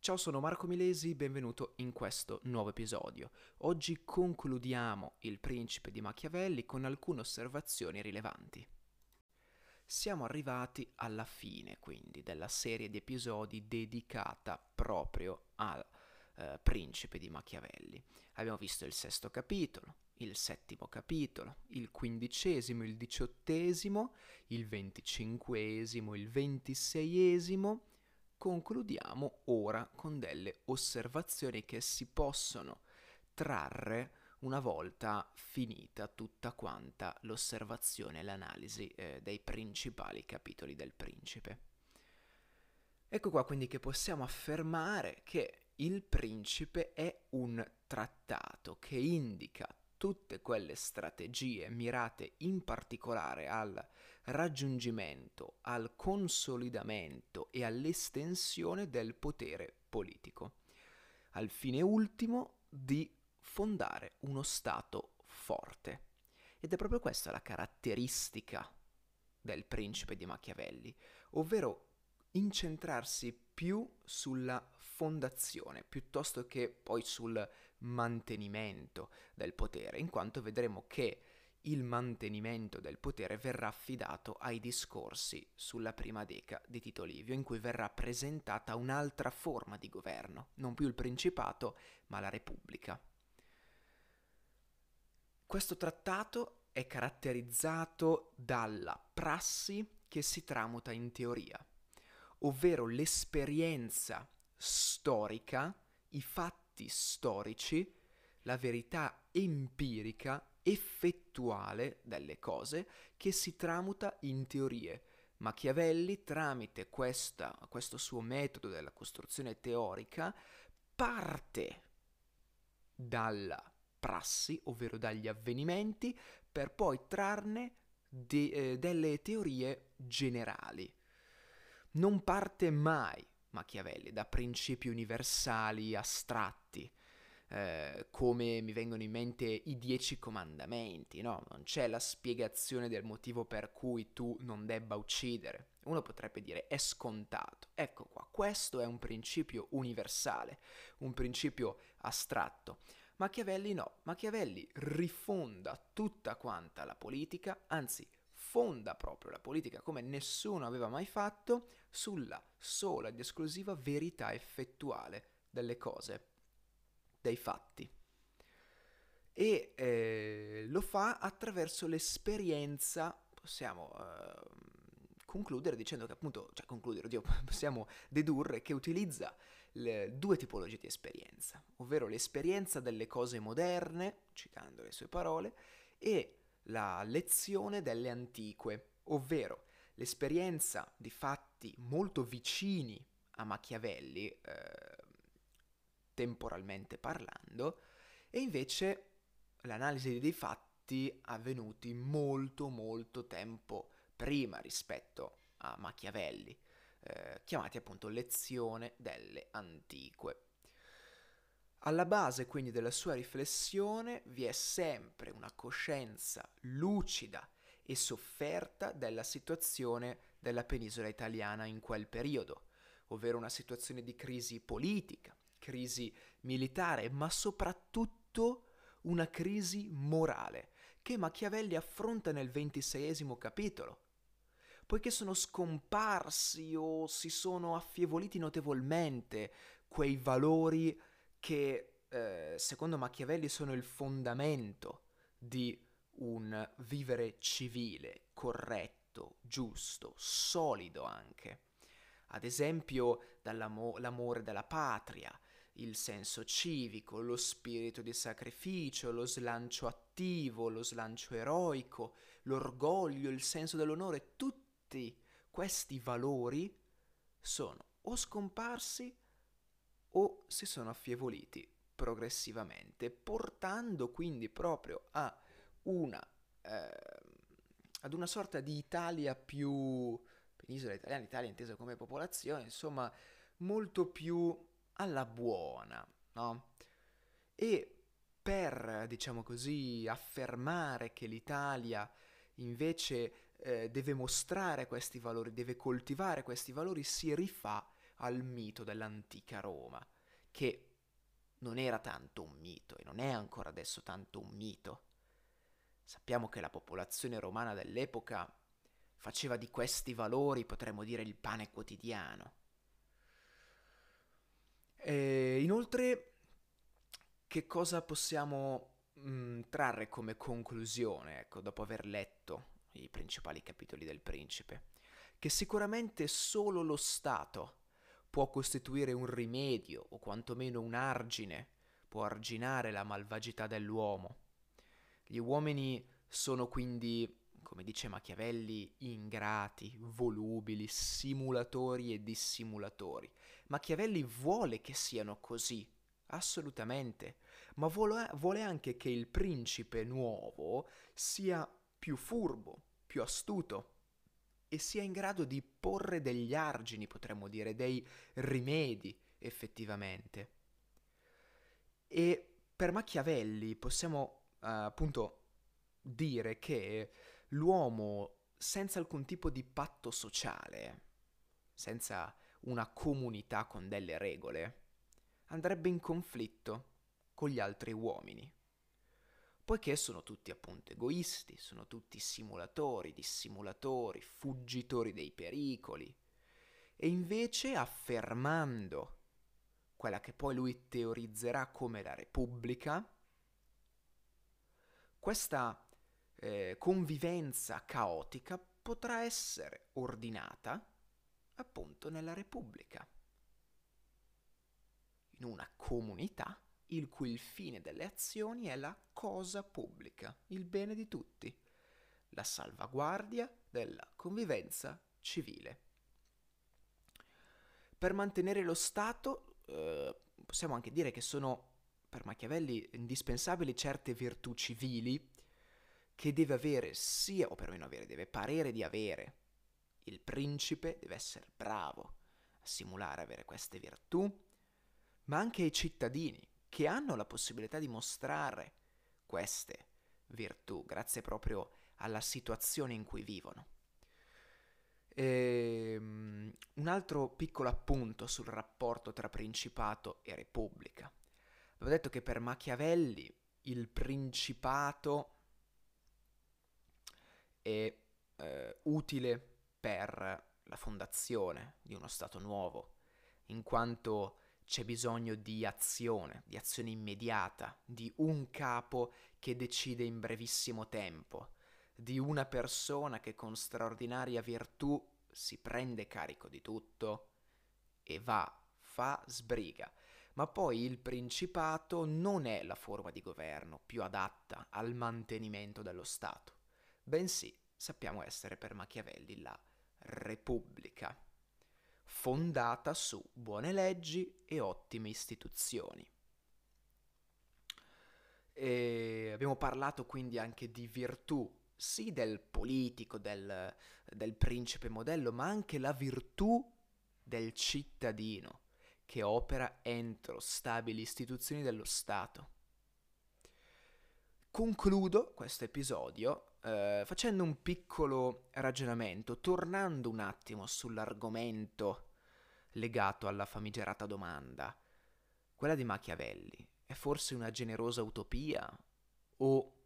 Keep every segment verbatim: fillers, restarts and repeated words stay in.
Ciao, sono Marco Milesi, benvenuto in questo nuovo episodio. Oggi concludiamo Il Principe di Machiavelli con alcune osservazioni rilevanti. Siamo arrivati alla fine, quindi, della serie di episodi dedicata proprio al eh, Principe di Machiavelli. Abbiamo visto il sesto capitolo, il settimo capitolo, il quindicesimo, il diciottesimo, il venticinquesimo, il ventiseiesimo. Concludiamo ora con delle osservazioni che si possono trarre una volta finita tutta quanta l'osservazione e l'analisi eh, dei principali capitoli del Principe. Ecco qua quindi che possiamo affermare che Il Principe è un trattato che indica tutte quelle strategie mirate in particolare al raggiungimento, al consolidamento e all'estensione del potere politico, al fine ultimo di fondare uno Stato forte. Ed è proprio questa la caratteristica del Principe di Machiavelli, ovvero incentrarsi più sulla fondazione piuttosto che poi sul mantenimento del potere, in quanto vedremo che il mantenimento del potere verrà affidato ai discorsi sulla prima deca di Tito Livio, in cui verrà presentata un'altra forma di governo, non più il principato, ma la repubblica. Questo trattato è caratterizzato dalla prassi che si tramuta in teoria, ovvero l'esperienza storica, i fatti storici, la verità empirica, effettuale delle cose che si tramuta in teorie. Machiavelli, tramite questa, questo suo metodo della costruzione teorica, parte dalla prassi, ovvero dagli avvenimenti, per poi trarne de- eh, delle teorie generali. Non parte mai Machiavelli da principi universali astratti, eh, come mi vengono in mente i dieci comandamenti, no? Non c'è la spiegazione del motivo per cui tu non debba uccidere. Uno potrebbe dire è scontato. Ecco qua, questo è un principio universale, un principio astratto. Machiavelli no, Machiavelli rifonda tutta quanta la politica, anzi fonda proprio la politica come nessuno aveva mai fatto sulla sola ed esclusiva verità effettuale delle cose, dei fatti. E eh, lo fa attraverso l'esperienza, possiamo eh, concludere dicendo che appunto, cioè concludere, oddio, possiamo dedurre che utilizza le due tipologie di esperienza, ovvero l'esperienza delle cose moderne, citando le sue parole, e la lezione delle antiche, ovvero l'esperienza di fatti molto vicini a Machiavelli, eh, temporalmente parlando, e invece l'analisi dei fatti avvenuti molto molto tempo prima rispetto a Machiavelli, eh, chiamati appunto lezione delle antiche. Alla base quindi della sua riflessione vi è sempre una coscienza lucida e sofferta della situazione della penisola italiana in quel periodo, ovvero una situazione di crisi politica, crisi militare, ma soprattutto una crisi morale, che Machiavelli affronta nel ventiseiesimo capitolo, poiché sono scomparsi o si sono affievoliti notevolmente quei valori che eh, secondo Machiavelli sono il fondamento di un vivere civile, corretto, giusto, solido anche. Ad esempio dall'amore della patria, il senso civico, lo spirito di sacrificio, lo slancio attivo, lo slancio eroico, l'orgoglio, il senso dell'onore, tutti questi valori sono o scomparsi o si sono affievoliti progressivamente, portando quindi proprio a una, eh, ad una sorta di Italia più, penisola italiana, Italia intesa come popolazione, insomma, molto più alla buona, no? E per, diciamo così, affermare che l'Italia invece eh, deve mostrare questi valori, deve coltivare questi valori, si rifà al mito dell'antica Roma, che non era tanto un mito e non è ancora adesso tanto un mito. Sappiamo che la popolazione romana dell'epoca faceva di questi valori, potremmo dire, il pane quotidiano. E inoltre, che cosa possiamo mh, trarre come conclusione, ecco, dopo aver letto i principali capitoli del Principe? Che sicuramente solo lo Stato può costituire un rimedio o quantomeno un argine, può arginare la malvagità dell'uomo. Gli uomini sono quindi, come dice Machiavelli, ingrati, volubili, simulatori e dissimulatori. Machiavelli vuole che siano così, assolutamente, ma vuole, vuole anche che il principe nuovo sia più furbo, più astuto e sia in grado di porre degli argini, potremmo dire, dei rimedi, effettivamente. E per Machiavelli possiamo uh, appunto dire che l'uomo senza alcun tipo di patto sociale, senza una comunità con delle regole, andrebbe in conflitto con gli altri uomini, poiché sono tutti appunto egoisti, sono tutti simulatori, dissimulatori, fuggitori dei pericoli, e invece affermando quella che poi lui teorizzerà come la Repubblica, questa eh, convivenza caotica potrà essere ordinata appunto nella Repubblica, in una comunità il cui il fine delle azioni è la cosa pubblica, il bene di tutti, la salvaguardia della convivenza civile. Per mantenere lo Stato eh, possiamo anche dire che sono per Machiavelli indispensabili certe virtù civili che deve avere sia, o perlomeno avere, deve parere di avere. Il principe deve essere bravo a simulare avere queste virtù, ma anche i cittadini che hanno la possibilità di mostrare queste virtù grazie proprio alla situazione in cui vivono. E, um, un altro piccolo appunto sul rapporto tra principato e repubblica. Avevo detto che per Machiavelli il principato è eh, utile per la fondazione di uno Stato nuovo, in quanto c'è bisogno di azione, di azione immediata, di un capo che decide in brevissimo tempo, di una persona che con straordinaria virtù si prende carico di tutto e va, fa, sbriga. Ma poi il principato non è la forma di governo più adatta al mantenimento dello Stato, bensì sappiamo essere per Machiavelli la Repubblica, fondata su buone leggi e ottime istituzioni. E abbiamo parlato quindi anche di virtù, sì del politico, del, del principe modello, ma anche la virtù del cittadino che opera entro stabili istituzioni dello Stato. Concludo questo episodio eh, facendo un piccolo ragionamento, tornando un attimo sull'argomento legato alla famigerata domanda. Quella di Machiavelli è forse una generosa utopia o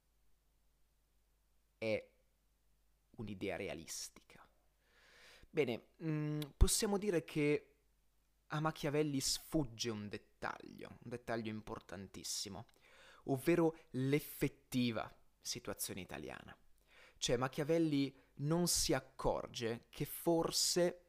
è un'idea realistica? Bene, mh, possiamo dire che a Machiavelli sfugge un dettaglio, un dettaglio importantissimo, ovvero l'effettiva situazione italiana. Cioè Machiavelli non si accorge che forse,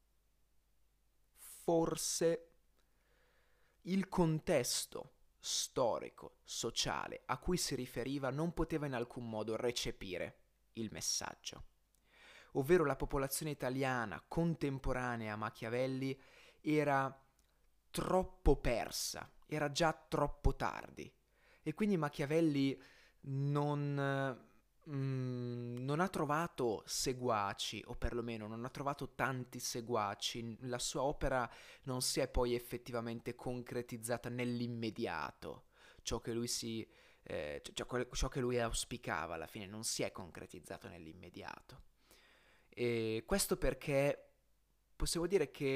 forse il contesto storico, sociale a cui si riferiva non poteva in alcun modo recepire il messaggio. Ovvero la popolazione italiana contemporanea a Machiavelli era troppo persa, era già troppo tardi. E quindi Machiavelli non, mm, non ha trovato seguaci, o perlomeno non ha trovato tanti seguaci. La sua opera non si è poi effettivamente concretizzata nell'immediato. Ciò che lui si, eh, ciò, ciò che lui auspicava alla fine non si è concretizzato nell'immediato. E questo perché possiamo dire che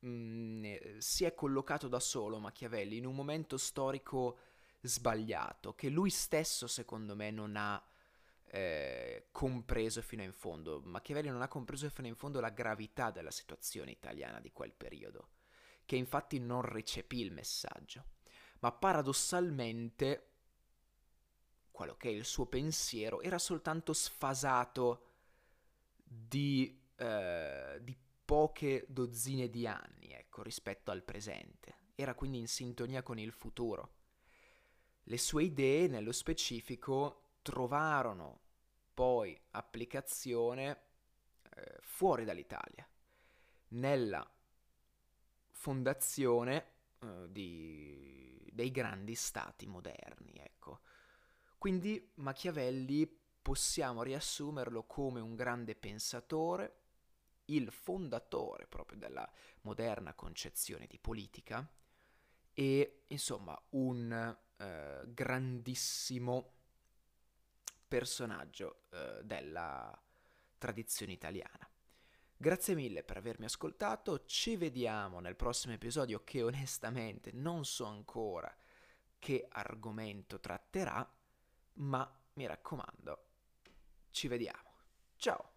mh, si è collocato da solo Machiavelli in un momento storico sbagliato, che lui stesso secondo me non ha eh, compreso fino in fondo. Machiavelli non ha compreso fino in fondo la gravità della situazione italiana di quel periodo, che infatti non recepì il messaggio. Ma paradossalmente, quello che è il suo pensiero era soltanto sfasato di, eh, di poche dozzine di anni, ecco, rispetto al presente. Era quindi in sintonia con il futuro. Le sue idee, nello specifico, trovarono poi applicazione eh, fuori dall'Italia, nella fondazione eh, di, dei grandi stati moderni, ecco. Quindi Machiavelli possiamo riassumerlo come un grande pensatore, il fondatore proprio della moderna concezione di politica e insomma un eh, grandissimo personaggio eh, della tradizione italiana. Grazie mille per avermi ascoltato, ci vediamo nel prossimo episodio che onestamente non so ancora che argomento tratterà, ma mi raccomando, ci vediamo. Ciao!